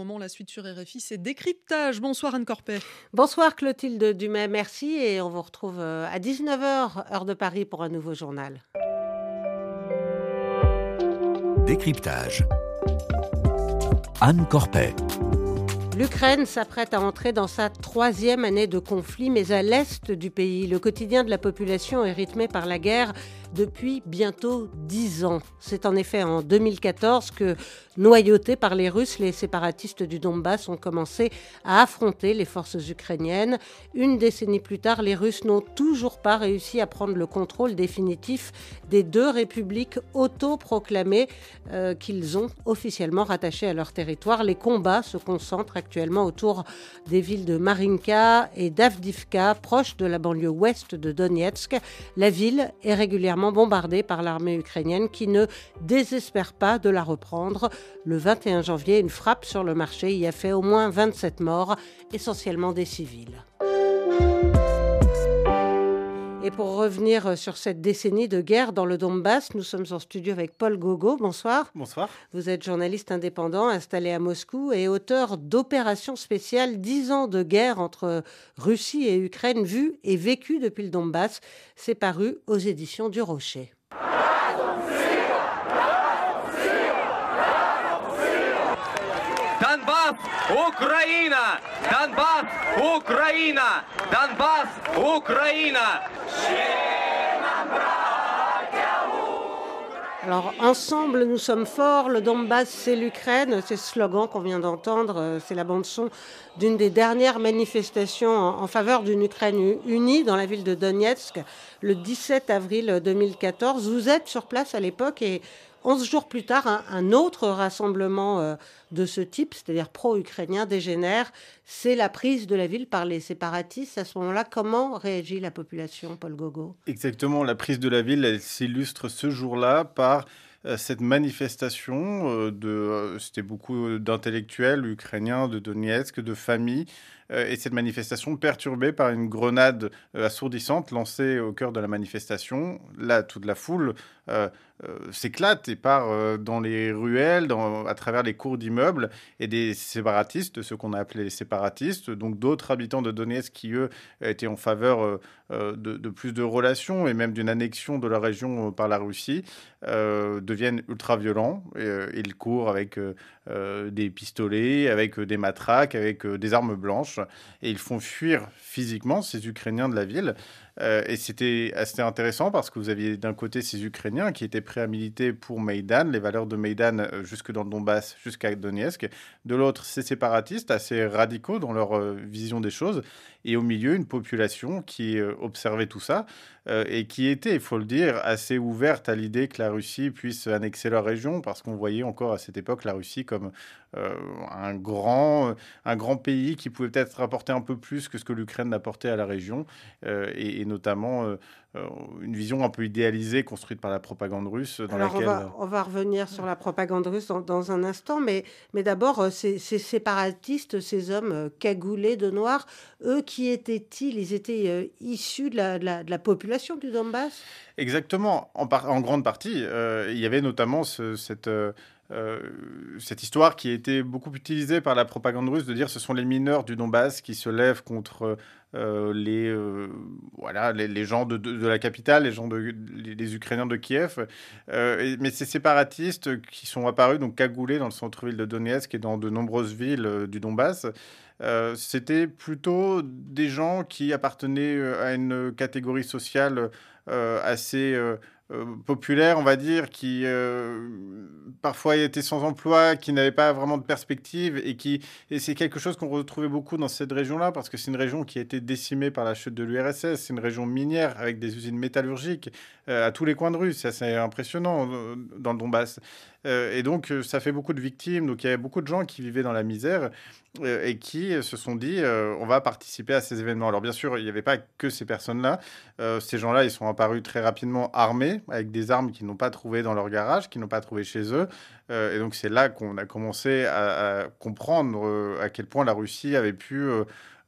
moment. La suite sur RFI, c'est Décryptage. Bonsoir Anne Corpet. Bonsoir Clotilde Dumais, merci et on vous retrouve à 19h, heure de Paris, pour un nouveau journal. Décryptage. Anne Corpet. L'Ukraine s'apprête à entrer dans sa 3e année de conflit, mais à l'est du pays. Le quotidien de la population est rythmé par la guerre depuis bientôt 10 ans. C'est en effet en 2014 que, noyautés par les Russes, les séparatistes du Donbass ont commencé à affronter les forces ukrainiennes. Une décennie plus tard, les Russes n'ont toujours pas réussi à prendre le contrôle définitif des 2 républiques autoproclamées qu'ils ont officiellement rattachées à leur territoire. Les combats se concentrent actuellement autour des villes de Marinka et d'Avdivka, proches de la banlieue ouest de Donetsk. La ville est régulièrement bombardée par l'armée ukrainienne qui ne désespère pas de la reprendre. Le 21 janvier, une frappe sur le marché y a fait au moins 27 morts, essentiellement des civils. Et pour revenir sur cette décennie de guerre dans le Donbass, nous sommes en studio avec Paul Gogo. Bonsoir. Bonsoir. Vous êtes journaliste indépendant installé à Moscou et auteur d'Opération spéciale 10 ans de guerre entre Russie et Ukraine vue et vécue depuis le Donbass. C'est paru aux éditions du Rocher. Donbass, Ukraina! Donbass, Ukraina! Donbass, Ukraina! Alors, ensemble, nous sommes forts, le Donbass, c'est l'Ukraine. C'est ce slogan qu'on vient d'entendre. C'est la bande-son d'une des dernières manifestations en faveur d'une Ukraine unie dans la ville de Donetsk, le 17 avril 2014. Vous êtes sur place à l'époque et 11 jours plus tard, un autre rassemblement de ce type, c'est-à-dire pro-ukrainien, dégénère. C'est la prise de la ville par les séparatistes. À ce moment-là, comment réagit la population, Paul Gogo ? Exactement, la prise de la ville, elle s'illustre ce jour-là par cette manifestation c'était beaucoup d'intellectuels ukrainiens de Donetsk, de familles, et cette manifestation perturbée par une grenade assourdissante lancée au cœur de la manifestation. Là, toute la foule s'éclate et part dans les ruelles, à travers les cours d'immeubles, et des séparatistes, ceux qu'on a appelés les séparatistes, donc d'autres habitants de Donetsk qui, eux, étaient en faveur de plus de relations et même d'une annexion de la région par la Russie, deviennent ultra violents. Ils courent avec des pistolets, avec des matraques, avec des armes blanches, et ils font fuir physiquement ces Ukrainiens de la ville. Et c'était assez intéressant parce que vous aviez d'un côté ces Ukrainiens qui étaient prêts à militer pour Maïdan, les valeurs de Maïdan jusque dans le Donbass, jusqu'à Donetsk. De l'autre, ces séparatistes assez radicaux dans leur vision des choses. Et au milieu, une population qui observait tout ça et qui était, il faut le dire, assez ouverte à l'idée que la Russie puisse annexer leur région, parce qu'on voyait encore à cette époque la Russie comme un grand pays qui pouvait peut-être apporter un peu plus que ce que l'Ukraine apportait à la région, et notamment une vision un peu idéalisée construite par la propagande russe. On va revenir sur la propagande russe dans un instant, mais d'abord, ces séparatistes, ces hommes cagoulés de noir, eux, qui étaient-ils ? Ils étaient issus de la population du Donbass ? Exactement. En grande partie. Il y avait notamment cette histoire qui a été beaucoup utilisée par la propagande russe de dire ce sont les mineurs du Donbass qui se lèvent contre les gens de la capitale, les Ukrainiens de Kiev. Mais ces séparatistes qui sont apparus, donc cagoulés dans le centre-ville de Donetsk et dans de nombreuses villes du Donbass, c'était plutôt des gens qui appartenaient à une catégorie sociale assez populaire, on va dire, qui parfois étaient sans emploi, qui n'avaient pas vraiment de perspective, et c'est quelque chose qu'on retrouvait beaucoup dans cette région-là, parce que c'est une région qui a été décimée par la chute de l'URSS, c'est une région minière avec des usines métallurgiques à tous les coins de rue, c'est assez impressionnant dans le Donbass. Et donc, ça fait beaucoup de victimes. Donc, il y avait beaucoup de gens qui vivaient dans la misère et qui se sont dit on va participer à ces événements. Alors, bien sûr, il n'y avait pas que ces personnes-là. Ces gens-là, ils sont apparus très rapidement armés, avec des armes qu'ils n'ont pas trouvées dans leur garage, qu'ils n'ont pas trouvées chez eux. Et donc, c'est là qu'on a commencé à comprendre à quel point la Russie avait pu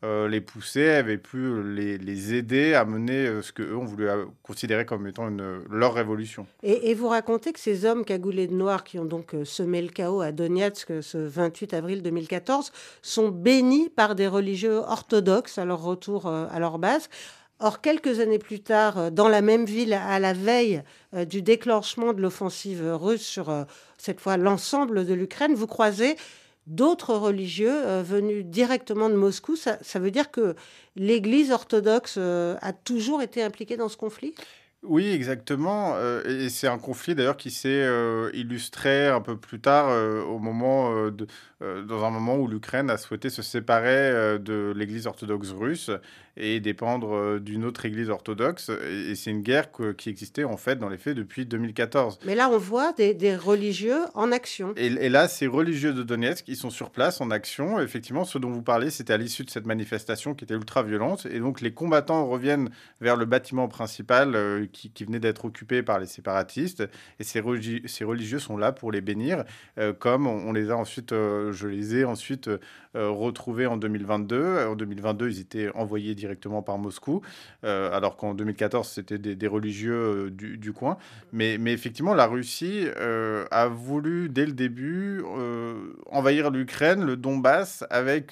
les pousser, avaient pu les aider à mener ce qu'eux ont voulu considérer comme étant leur révolution. Et vous racontez que ces hommes cagoulés de noir qui ont donc semé le chaos à Donetsk ce 28 avril 2014 sont bénis par des religieux orthodoxes à leur retour à leur base. Or, quelques années plus tard, dans la même ville, à la veille du déclenchement de l'offensive russe sur, cette fois, l'ensemble de l'Ukraine, vous croisez d'autres religieux venus directement de Moscou. Ça veut dire que l'Église orthodoxe a toujours été impliquée dans ce conflit ? Oui, exactement. Et c'est un conflit d'ailleurs qui s'est illustré un peu plus tard, dans un moment où l'Ukraine a souhaité se séparer de l'Église orthodoxe russe et dépendre d'une autre Église orthodoxe. Et c'est une guerre qui existait en fait dans les faits depuis 2014. Mais là, on voit des religieux en action. Et là, ces religieux de Donetsk, ils sont sur place en action. Effectivement, ce dont vous parlez, c'était à l'issue de cette manifestation qui était ultra violente. Et donc, les combattants reviennent vers le bâtiment principal qui venait d'être occupé par les séparatistes. Et ces religieux sont là pour les bénir, comme on les a ensuite, je les ai ensuite retrouvés en 2022. En 2022, ils étaient envoyés directement par Moscou, alors qu'en 2014, c'était des religieux du coin. Mais effectivement, la Russie a voulu, dès le début, envahir l'Ukraine, le Donbass, avec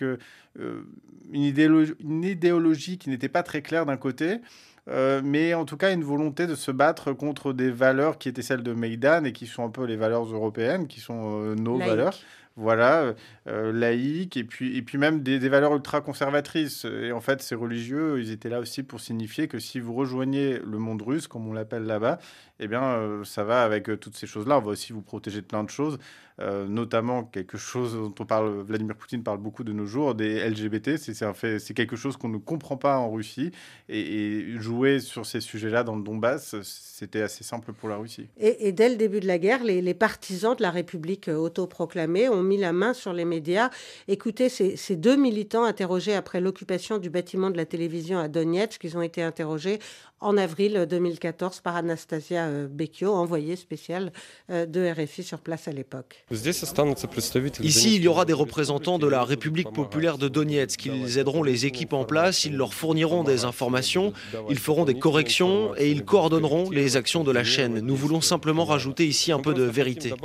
une idéologie qui n'était pas très claire d'un côté, mais en tout cas une volonté de se battre contre des valeurs qui étaient celles de Maïdan et qui sont un peu les valeurs européennes, qui sont nos valeurs. Voilà, laïques, et puis même des valeurs ultra-conservatrices. Et en fait, ces religieux, ils étaient là aussi pour signifier que si vous rejoignez le monde russe, comme on l'appelle là-bas, eh bien, ça va avec toutes ces choses-là. On va aussi vous protéger de plein de choses, notamment quelque chose dont Vladimir Poutine parle beaucoup de nos jours, des LGBT. C'est quelque chose qu'on ne comprend pas en Russie. Et jouer sur ces sujets-là dans le Donbass, c'était assez simple pour la Russie. Et dès le début de la guerre, les partisans de la République autoproclamée ont mis la main sur les médias. Écoutez, ces deux militants interrogés après l'occupation du bâtiment de la télévision à Donetsk, ils ont été interrogés en avril 2014 par Anastasia Bekio, envoyée spéciale de RFI sur place à l'époque. Ici, il y aura des représentants de la République populaire de Donetsk. Ils aideront les équipes en place, ils leur fourniront des informations, ils feront des corrections et ils coordonneront les actions de la chaîne. Nous voulons simplement rajouter ici un peu de vérité.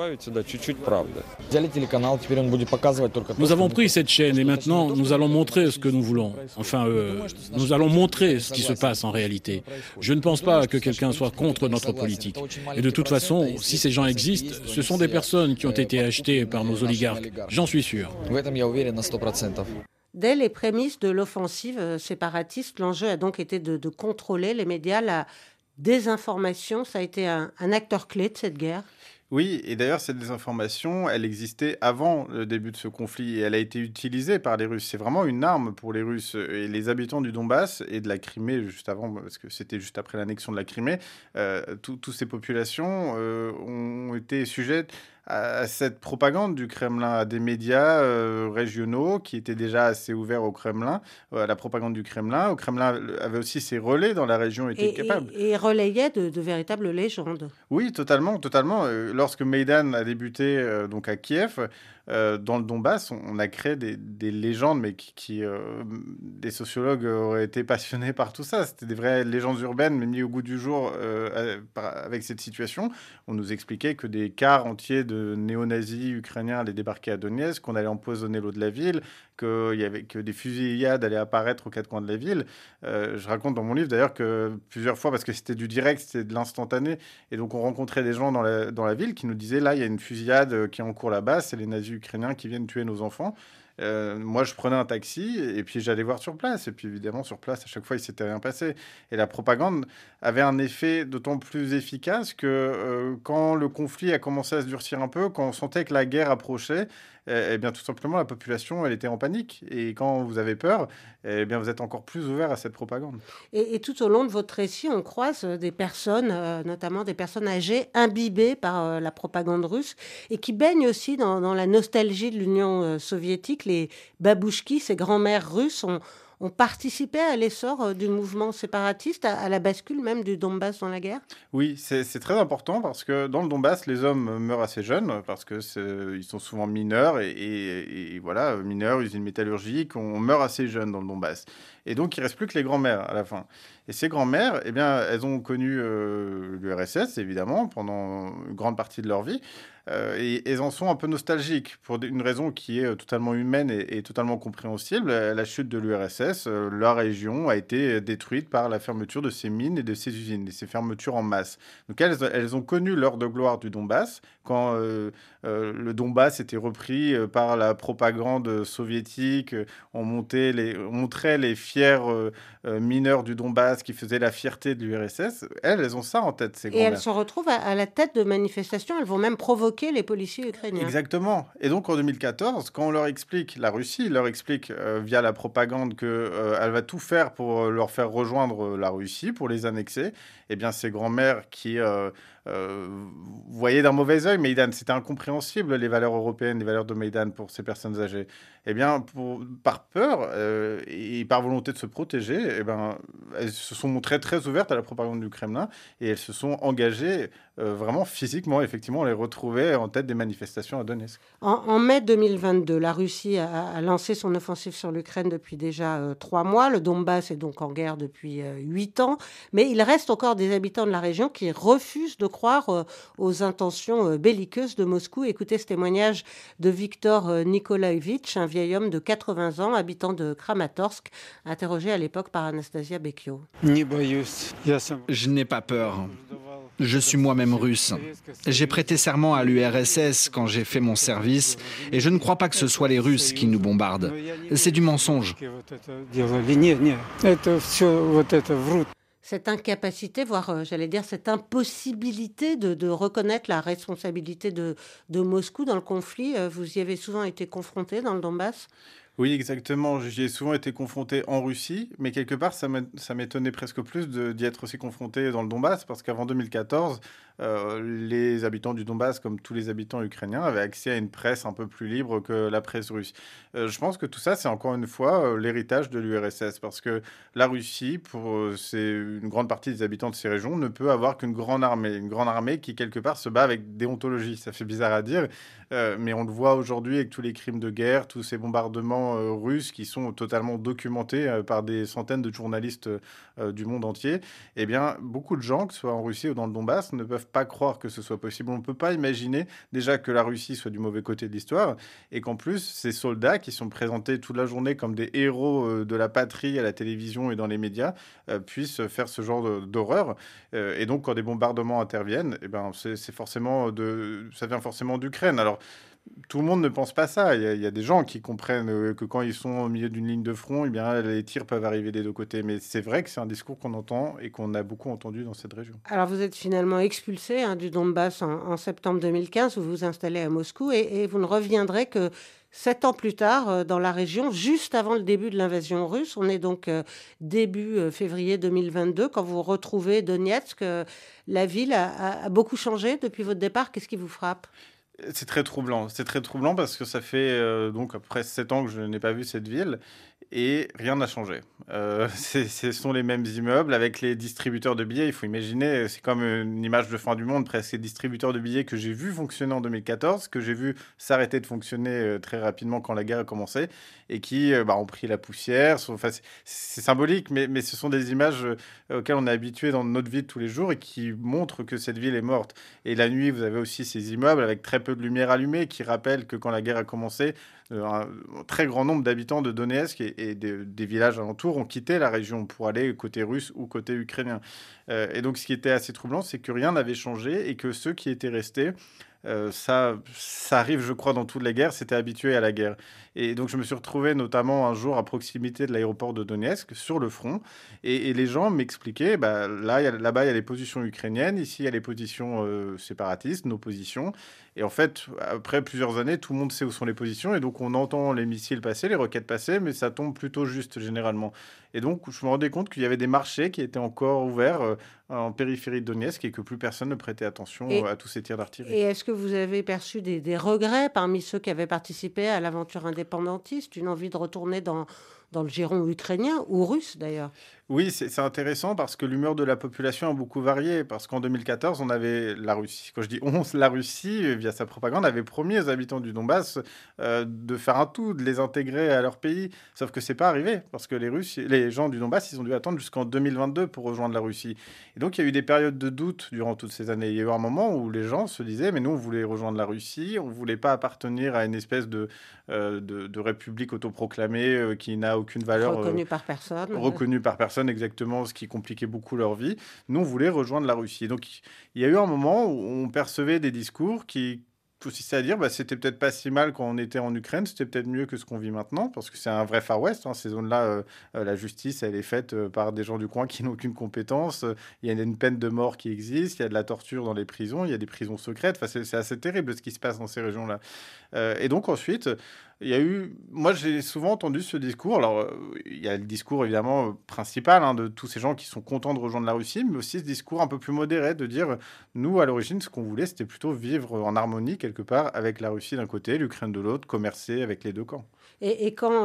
Nous avons pris cette chaîne et maintenant nous allons montrer ce que nous voulons. Enfin, nous allons montrer ce qui se passe en réalité. Je ne pense pas que quelqu'un soit contre notre politique. Et de toute façon, si ces gens existent, ce sont des personnes qui ont été achetées par nos oligarques. J'en suis sûr. Dès les prémices de l'offensive séparatiste, l'enjeu a donc été de contrôler les médias. La désinformation, ça a été un acteur clé de cette guerre. Oui, et d'ailleurs, cette désinformation, elle existait avant le début de ce conflit et elle a été utilisée par les Russes. C'est vraiment une arme pour les Russes. Et les habitants du Donbass et de la Crimée, juste avant, parce que c'était juste après l'annexion de la Crimée, toutes ces populations ont été sujettes à cette propagande du Kremlin, à des médias régionaux qui étaient déjà assez ouverts au Kremlin, à la propagande du Kremlin. Au Kremlin avait aussi ses relais dans la région, étaient capables. Et relayait de véritables légendes. Oui, totalement. Lorsque Maïdan a débuté donc à Kiev, dans le Donbass, on a créé des légendes, mais des sociologues auraient été passionnés par tout ça. C'était des vraies légendes urbaines, mais mis au goût du jour avec cette situation. On nous expliquait que des cars entiers de néo-nazis ukrainiens allaient débarquer à Donetsk, qu'on allait empoisonner l'eau de la ville, que des fusillades allaient apparaître aux quatre coins de la ville. Je raconte dans mon livre d'ailleurs que plusieurs fois, parce que c'était du direct, c'était de l'instantané, et donc on rencontrait des gens dans la ville qui nous disaient là, il y a une fusillade qui est en cours là-bas, c'est les nazis ukrainiens qui viennent tuer nos enfants. Moi, je prenais un taxi et puis j'allais voir sur place. Et puis évidemment, sur place, à chaque fois, il s'était rien passé. Et la propagande avait un effet d'autant plus efficace que quand le conflit a commencé à se durcir un peu, quand on sentait que la guerre approchait, eh bien, tout simplement, la population, elle était en panique. Et quand vous avez peur, eh bien, vous êtes encore plus ouvert à cette propagande. Et tout au long de votre récit, on croise des personnes, notamment des personnes âgées, imbibées par la propagande russe et qui baignent aussi dans la nostalgie de l'Union soviétique. Les babouchkis, ces grands-mères russes, ont participé à l'essor du mouvement séparatiste, à la bascule même du Donbass dans la guerre? Oui, c'est très important parce que dans le Donbass, les hommes meurent assez jeunes parce que ils sont souvent mineurs et voilà, mineurs, usines métallurgiques, on meurt assez jeune dans le Donbass. Et donc, il ne reste plus que les grands-mères à la fin. Et ces grands-mères, eh bien, elles ont connu l'URSS, évidemment, pendant une grande partie de leur vie. Et elles en sont un peu nostalgiques pour une raison qui est totalement humaine et totalement compréhensible. À la chute de l'URSS, la région a été détruite par la fermeture de ces mines et de ces usines, et ces fermetures en masse. Donc elles ont connu l'heure de gloire du Donbass, quand le Donbass était repris par la propagande soviétique. On montrait les fiers mineurs du Donbass qui faisaient la fierté de l'URSS. Elles ont ça en tête, ces grand-mères. Et elles se retrouvent à la tête de manifestations, elles vont même provoquer les policiers ukrainiens. Exactement. Et donc en 2014, quand on leur explique, la Russie leur explique via la propagande qu'elle va tout faire pour leur faire rejoindre la Russie, pour les annexer, eh bien ces grands-mères qui voyaient d'un mauvais œil Maïdan, c'était incompréhensible les valeurs européennes, les valeurs de Maïdan pour ces personnes âgées. Eh bien, par peur et par volonté de se protéger, eh ben, elles se sont montrées très ouvertes à la propagande du Kremlin et elles se sont engagées vraiment physiquement. Effectivement, on les retrouvait en tête des manifestations à Donetsk. En mai 2022, la Russie a lancé son offensive sur l'Ukraine depuis déjà 3 mois. Le Donbass est donc en guerre depuis 8 ans. Mais il reste encore des habitants de la région qui refusent de croire aux intentions belliqueuses de Moscou. Écoutez ce témoignage de Viktor Nikolaevitch, un vieil homme de 80 ans, habitant de Kramatorsk, interrogé à l'époque par Anastasia Bekio. Je n'ai pas peur. Je suis moi-même russe. J'ai prêté serment à l'URSS quand j'ai fait mon service et je ne crois pas que ce soit les Russes qui nous bombardent. C'est du mensonge. Cette incapacité, voire j'allais dire cette impossibilité de reconnaître la responsabilité de Moscou dans le conflit, vous y avez souvent été confronté dans le Donbass ? Oui, exactement. J'y ai souvent été confronté en Russie, mais quelque part, ça m'étonnait presque plus d'y être aussi confronté dans le Donbass, parce qu'avant 2014, les habitants du Donbass, comme tous les habitants ukrainiens, avaient accès à une presse un peu plus libre que la presse russe. Je pense que tout ça, c'est encore une fois l'héritage de l'URSS, parce que la Russie, c'est une grande partie des habitants de ces régions, ne peut avoir qu'une grande armée qui, quelque part, se bat avec déontologie. Ça fait bizarre à dire, mais on le voit aujourd'hui avec tous les crimes de guerre, tous ces bombardements russes qui sont totalement documentés par des centaines de journalistes du monde entier. Eh bien, beaucoup de gens, que ce soit en Russie ou dans le Donbass, ne peuvent pas croire que ce soit possible. On ne peut pas imaginer déjà que la Russie soit du mauvais côté de l'histoire et qu'en plus, ces soldats qui sont présentés toute la journée comme des héros de la patrie à la télévision et dans les médias puissent faire ce genre d'horreur. Et donc, quand des bombardements interviennent, eh ben, ça vient forcément d'Ukraine. Alors, tout le monde ne pense pas ça. Il y a des gens qui comprennent que quand ils sont au milieu d'une ligne de front, eh bien, les tirs peuvent arriver des deux côtés. Mais c'est vrai que c'est un discours qu'on entend et qu'on a beaucoup entendu dans cette région. Alors, vous êtes finalement expulsé du Donbass en septembre 2015. Vous vous installez à Moscou et vous ne reviendrez que 7 ans plus tard dans la région, juste avant le début de l'invasion russe. On est donc début février 2022. Quand vous retrouvez Donetsk, la ville a beaucoup changé depuis votre départ. Qu'est-ce qui vous frappe ? C'est très troublant. C'est très troublant parce que ça fait donc à peu près 7 ans que je n'ai pas vu cette ville et rien n'a changé. Ce sont les mêmes immeubles avec les distributeurs de billets. Il faut imaginer, c'est comme une image de fin du monde, presque les distributeurs de billets que j'ai vu fonctionner en 2014, que j'ai vu s'arrêter de fonctionner très rapidement quand la guerre a commencé et qui ont pris la poussière. Enfin, c'est symbolique, mais ce sont des images auxquelles on est habitué dans notre vie de tous les jours et qui montrent que cette ville est morte. Et la nuit, vous avez aussi ces immeubles avec très peu de lumière allumée qui rappellent que quand la guerre a commencé, un très grand nombre d'habitants de Donetsk et des villages alentours ont quitté la région pour aller côté russe ou côté ukrainien. Et donc, ce qui était assez troublant, c'est que rien n'avait changé et que ceux qui étaient restés, ça arrive, je crois, dans toutes les guerres, s'étaient habitués à la guerre. Et donc, je me suis retrouvé notamment un jour à proximité de l'aéroport de Donetsk, sur le front, et les gens m'expliquaient, là-bas, il y a les positions ukrainiennes, ici, il y a les positions séparatistes, nos positions. Et en fait, après plusieurs années, tout le monde sait où sont les positions, et donc on entend les missiles passer, les roquettes passer, mais ça tombe plutôt juste, généralement. Et donc, je me rendais compte qu'il y avait des marchés qui étaient encore ouverts en périphérie de Donetsk et que plus personne ne prêtait attention à tous ces tirs d'artillerie. Et est-ce que vous avez perçu des regrets parmi ceux qui avaient participé à l'aventure indépendantiste, une envie de retourner dans dans le giron ukrainien ou russe d'ailleurs. Oui, c'est intéressant parce que l'humeur de la population a beaucoup varié. Parce qu'en 2014, on avait la Russie. Quand je dis on, la Russie, via sa propagande, avait promis aux habitants du Donbass de faire un tout, de les intégrer à leur pays. Sauf que c'est pas arrivé parce que les gens du Donbass, ils ont dû attendre jusqu'en 2022 pour rejoindre la Russie. Et donc, il y a eu des périodes de doute durant toutes ces années. Il y a eu un moment où les gens se disaient, mais nous, on voulait rejoindre la Russie, on voulait pas appartenir à une espèce de république autoproclamée qui n'a aucune valeur. Reconnue par personne. Reconnue par personne. Exactement, ce qui compliquait beaucoup leur vie. Nous, on voulait rejoindre la Russie. Et donc, il y a eu un moment où on percevait des discours qui consistaient à dire c'était peut-être pas si mal quand on était en Ukraine, c'était peut-être mieux que ce qu'on vit maintenant, parce que c'est un vrai Far West. Ces zones-là, la justice, elle est faite par des gens du coin qui n'ont aucune compétence. Il y a une peine de mort qui existe, il y a de la torture dans les prisons, il y a des prisons secrètes. C'est assez terrible ce qui se passe dans ces régions-là. Et donc, ensuite, il y a eu... Moi, j'ai souvent entendu ce discours. Alors, il y a le discours, évidemment, principal de tous ces gens qui sont contents de rejoindre la Russie, mais aussi ce discours un peu plus modéré de dire, nous, à l'origine, ce qu'on voulait, c'était plutôt vivre en harmonie, quelque part, avec la Russie d'un côté, l'Ukraine de l'autre, commercer avec les deux camps. Et quand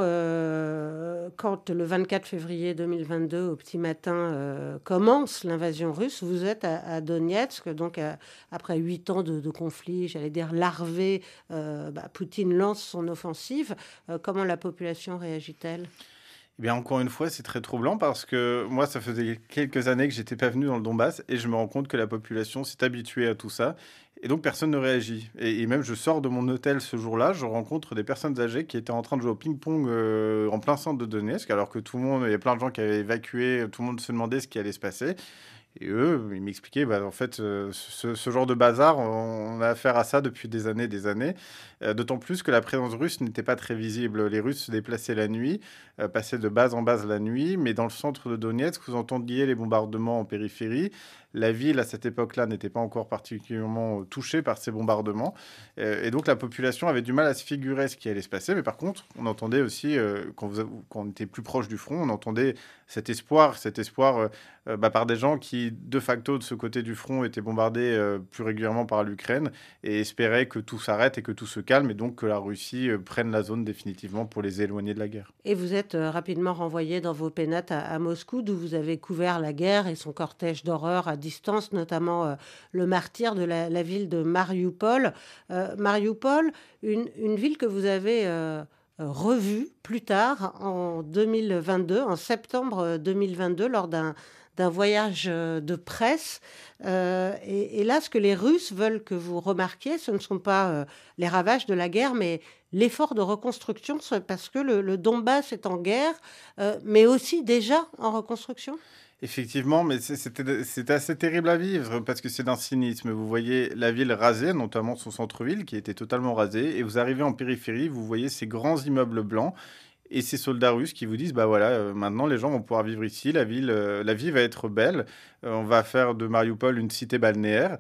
le 24 février 2022, au petit matin, commence l'invasion russe, vous êtes à Donetsk, donc après 8 ans de conflit, j'allais dire larvé, Poutine lance son offensive. Comment la population réagit-elle ? Eh bien, encore une fois, c'est très troublant parce que moi, ça faisait quelques années que j'étais pas venu dans le Donbass et je me rends compte que la population s'est habituée à tout ça et donc personne ne réagit. Et même, je sors de mon hôtel ce jour-là, je rencontre des personnes âgées qui étaient en train de jouer au ping-pong en plein centre de Donetsk, alors que tout le monde, il y a plein de gens qui avaient évacué, tout le monde se demandait ce qui allait se passer. Et eux, ils m'expliquaient, en fait, ce genre de bazar, on a affaire à ça depuis des années, d'autant plus que la présence russe n'était pas très visible. Les Russes se déplaçaient la nuit, passaient de base en base la nuit, mais dans le centre de Donetsk, vous entendiez les bombardements en périphérie. La ville, à cette époque-là, n'était pas encore particulièrement touchée par ces bombardements. Et donc, la population avait du mal à se figurer ce qui allait se passer. Mais par contre, on entendait aussi, quand on était plus proche du front, on entendait cet espoir par des gens qui, de facto, de ce côté du front, étaient bombardés plus régulièrement par l'Ukraine et espéraient que tout s'arrête et que tout se calme et donc que la Russie prenne la zone définitivement pour les éloigner de la guerre. Et vous êtes rapidement renvoyé dans vos pénates à Moscou, d'où vous avez couvert la guerre et son cortège d'horreur à distance, notamment le martyre de la ville de Mariupol. Mariupol, une ville que vous avez revue plus tard, en 2022, en septembre 2022, lors d'un voyage de presse. Et là, ce que les Russes veulent que vous remarquiez, ce ne sont pas les ravages de la guerre, mais l'effort de reconstruction, parce que le Donbass est en guerre, mais aussi déjà en reconstruction. Effectivement, mais c'était assez terrible à vivre parce que c'est d'un cynisme. Vous voyez la ville rasée, notamment son centre-ville qui était totalement rasé, et vous arrivez en périphérie, vous voyez ces grands immeubles blancs et ces soldats russes qui vous disent maintenant les gens vont pouvoir vivre ici, la vie va être belle, on va faire de Mariupol une cité balnéaire.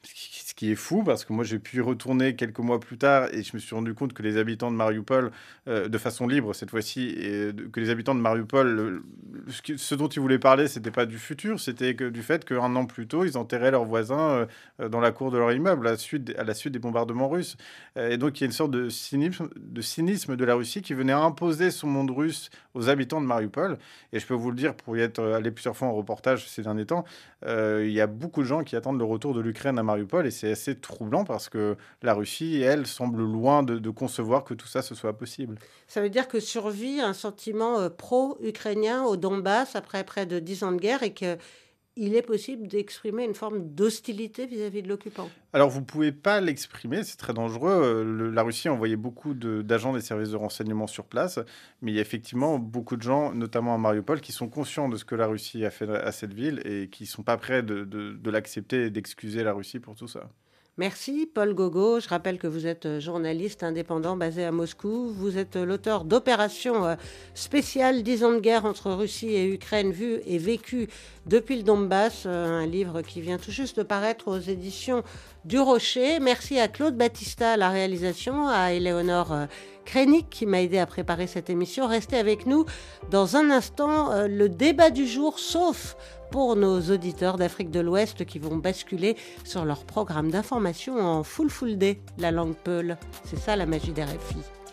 Ce qui est fou, parce que moi j'ai pu y retourner quelques mois plus tard et je me suis rendu compte que les habitants de Mariupol, de façon libre cette fois-ci, que les habitants de Mariupol, ce dont ils voulaient parler, c'était pas du futur, c'était du fait qu'un an plus tôt, ils enterraient leurs voisins dans la cour de leur immeuble à la suite des bombardements russes. Et donc il y a une sorte de cynisme de la Russie qui venait imposer son monde russe aux habitants de Mariupol. Et je peux vous le dire, pour y être allé plusieurs fois en reportage ces derniers temps, il y a beaucoup de gens qui attendent le retour de l'Ukraine à Mariupol et c'est assez troublant parce que la Russie, elle, semble loin de concevoir que tout ça ce soit possible. Ça veut dire que survit un sentiment pro-ukrainien au Donbass après près de 10 ans de guerre et qu'il est possible d'exprimer une forme d'hostilité vis-à-vis de l'occupant. Alors, vous ne pouvez pas l'exprimer, c'est très dangereux. La Russie a envoyé beaucoup d'agents des services de renseignement sur place, mais il y a effectivement beaucoup de gens, notamment à Mariupol, qui sont conscients de ce que la Russie a fait à cette ville et qui ne sont pas prêts de l'accepter et d'excuser la Russie pour tout ça. Merci Paul Gogo. Je rappelle que vous êtes journaliste indépendant basé à Moscou. Vous êtes l'auteur d'Opération spéciale 10 ans de guerre entre Russie et Ukraine vue et vécue depuis le Donbass, un livre qui vient tout juste de paraître aux éditions du Rocher. Merci à Claude Battista à la réalisation, à Éléonore Krenik qui m'a aidé à préparer cette émission. Restez avec nous dans un instant, le débat du jour, sauf pour nos auditeurs d'Afrique de l'Ouest qui vont basculer sur leur programme d'information en full day, la langue Peul. C'est ça la magie des RFI.